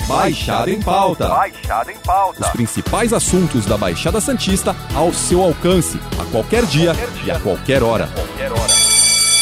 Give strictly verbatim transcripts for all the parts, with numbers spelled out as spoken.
Baixada em Pauta. Baixada em Pauta. Os principais assuntos da Baixada Santista ao seu alcance, a qualquer dia, qualquer dia. e a qualquer hora. Qualquer hora.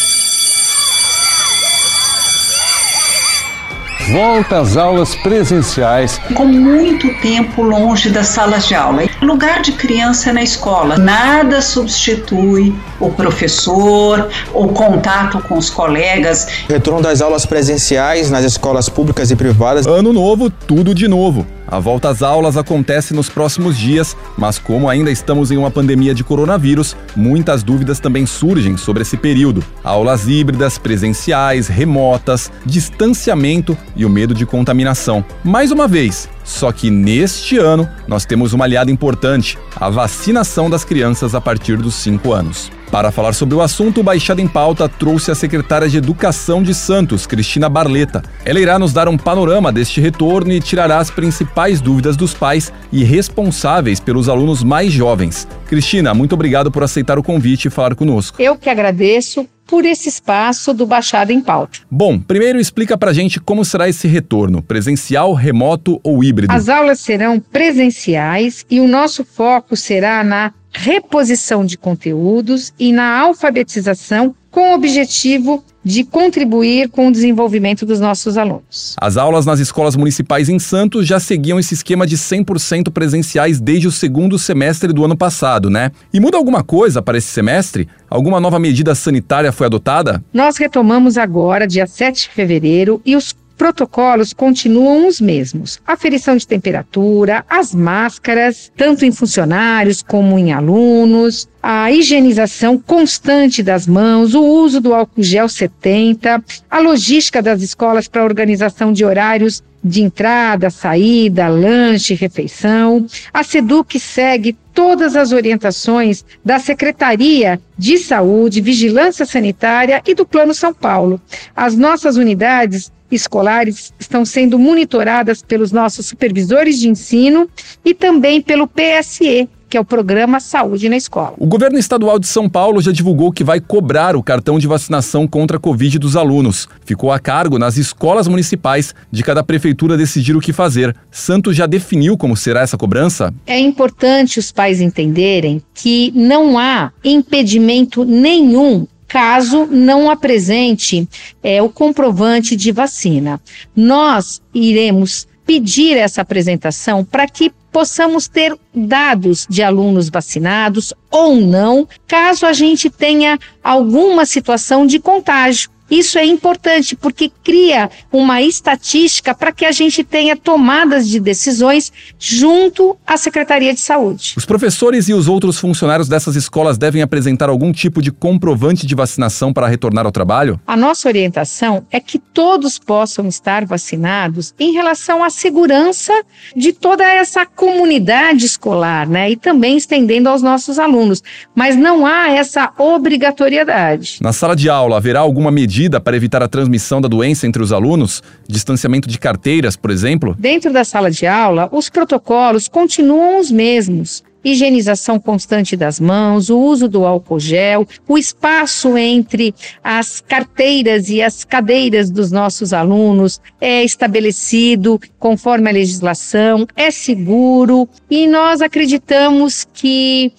Volta às aulas presenciais. Com muito tempo longe das salas de aula. Lugar de criança na escola. Nada substitui o professor, o contato com os colegas. Retorno das aulas presenciais nas escolas públicas e privadas. Ano novo, tudo de novo. A volta às aulas acontece nos próximos dias, mas como ainda estamos em uma pandemia de coronavírus, muitas dúvidas também surgem sobre esse período. Aulas híbridas, presenciais, remotas, distanciamento e o medo de contaminação. Mais uma vez, só que neste ano nós temos uma aliada importante, a vacinação das crianças a partir dos cinco anos. Para falar sobre o assunto, o Baixada em Pauta trouxe a secretária de Educação de Santos, Cristina Barleta. Ela irá nos dar um panorama deste retorno e tirará as principais dúvidas dos pais e responsáveis pelos alunos mais jovens. Cristina, muito obrigado por aceitar o convite e falar conosco. Eu que agradeço por esse espaço do Baixada em Pauta. Bom, primeiro explica pra gente como será esse retorno, presencial, remoto ou híbrido. As aulas serão presenciais e o nosso foco será na reposição de conteúdos e na alfabetização com o objetivo de contribuir com o desenvolvimento dos nossos alunos. As aulas nas escolas municipais em Santos já seguiam esse esquema de cem por cento presenciais desde o segundo semestre do ano passado, né? E muda alguma coisa para esse semestre? Alguma nova medida sanitária foi adotada? Nós retomamos agora, dia sete de fevereiro, e os protocolos continuam os mesmos. Aferição de temperatura, as máscaras, tanto em funcionários como em alunos, a higienização constante das mãos, o uso do álcool gel setenta, a logística das escolas para a organização de horários de entrada, saída, lanche, refeição. A SEDUC segue todas as orientações da Secretaria de Saúde, Vigilância Sanitária e do Plano São Paulo. As nossas unidades escolares estão sendo monitoradas pelos nossos supervisores de ensino e também pelo P S E, que é o Programa Saúde na Escola. O governo estadual de São Paulo já divulgou que vai cobrar o cartão de vacinação contra a Covid dos alunos. Ficou a cargo nas escolas municipais de cada prefeitura decidir o que fazer. Santos já definiu como será essa cobrança? É importante os pais entenderem que não há impedimento nenhum caso não apresente é, o comprovante de vacina. Nós iremos pedir essa apresentação para que possamos ter dados de alunos vacinados ou não, caso a gente tenha alguma situação de contágio. Isso é importante porque cria uma estatística para que a gente tenha tomadas de decisões junto à Secretaria de Saúde. Os professores e os outros funcionários dessas escolas devem apresentar algum tipo de comprovante de vacinação para retornar ao trabalho? A nossa orientação é que todos possam estar vacinados em relação à segurança de toda essa comunidade escolar, né? E também estendendo aos nossos alunos. Mas não há essa obrigatoriedade. Na sala de aula, haverá alguma medida para evitar a transmissão da doença entre os alunos? Distanciamento de carteiras, por exemplo? Dentro da sala de aula, os protocolos continuam os mesmos. Higienização constante das mãos, o uso do álcool gel, o espaço entre as carteiras e as cadeiras dos nossos alunos é estabelecido conforme a legislação, é seguro e nós acreditamos que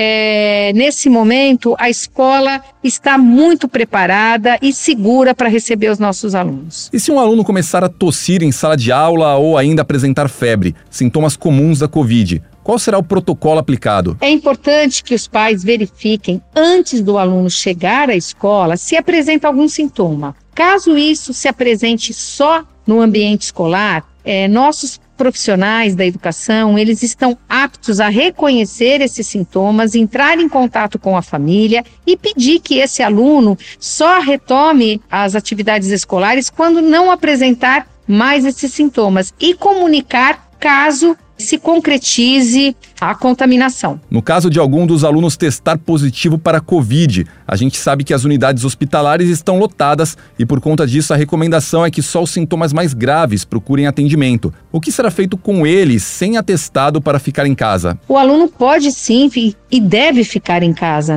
é, nesse momento a escola está muito preparada e segura para receber os nossos alunos. E se um aluno começar a tossir em sala de aula ou ainda apresentar febre, sintomas comuns da Covid, qual será o protocolo aplicado? É importante que os pais verifiquem, antes do aluno chegar à escola, se apresenta algum sintoma. Caso isso se apresente só no ambiente escolar, é, nossos profissionais da educação, eles estão aptos a reconhecer esses sintomas, entrar em contato com a família e pedir que esse aluno só retome as atividades escolares quando não apresentar mais esses sintomas e comunicar caso se concretize a contaminação. No caso de algum dos alunos testar positivo para a Covid, a gente sabe que as unidades hospitalares estão lotadas e por conta disso a recomendação é que só os sintomas mais graves procurem atendimento. O que será feito com eles sem atestado para ficar em casa? O aluno pode sim e deve ficar em casa, né?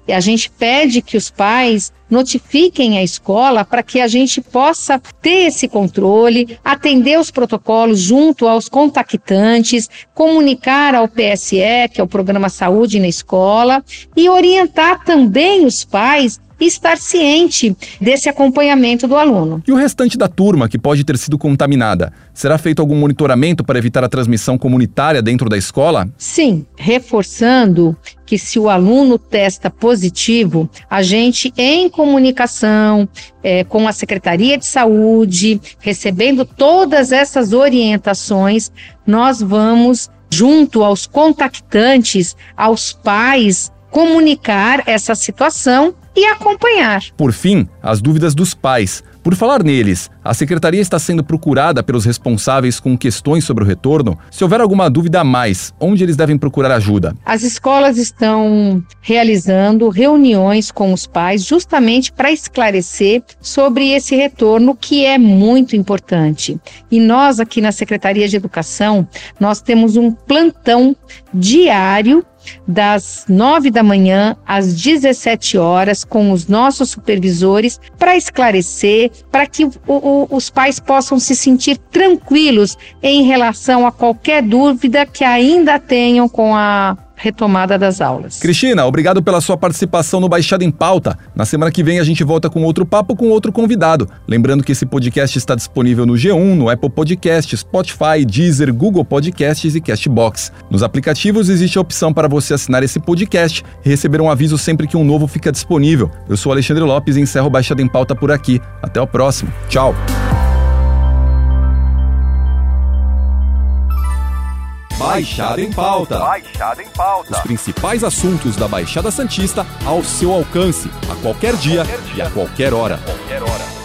E a gente pede que os pais notifiquem a escola para que a gente possa ter esse controle, atender os protocolos junto aos contactantes, comunicar ao P S E, que é o Programa Saúde na Escola, e orientar também os pais e estar ciente desse acompanhamento do aluno. E o restante da turma que pode ter sido contaminada? Será feito algum monitoramento para evitar a transmissão comunitária dentro da escola? Sim, reforçando que se o aluno testa positivo, a gente, em comunicação é, com a Secretaria de Saúde, recebendo todas essas orientações, nós vamos, junto aos contactantes, aos pais, comunicar essa situação e acompanhar. Por fim, as dúvidas dos pais. Por falar neles, a Secretaria está sendo procurada pelos responsáveis com questões sobre o retorno? Se houver alguma dúvida a mais, onde eles devem procurar ajuda? As escolas estão realizando reuniões com os pais justamente para esclarecer sobre esse retorno, que é muito importante. E nós aqui na Secretaria de Educação, nós temos um plantão diário das nove da manhã às dezessete horas com os nossos supervisores para esclarecer, para que o, o, os pais possam se sentir tranquilos em relação a qualquer dúvida que ainda tenham com a retomada das aulas. Cristina, obrigado pela sua participação no Baixada em Pauta. Na semana que vem a gente volta com outro papo com outro convidado. Lembrando que esse podcast está disponível no G um, no Apple Podcasts, Spotify, Deezer, Google Podcasts e Castbox. Nos aplicativos existe a opção para você assinar esse podcast e receber um aviso sempre que um novo fica disponível. Eu sou Alexandre Lopes e encerro o Baixada em Pauta por aqui. Até o próximo. Tchau! Baixada em Pauta. Baixada em Pauta. Os principais assuntos da Baixada Santista ao seu alcance, a qualquer dia, qualquer dia. E a qualquer hora. Qualquer hora.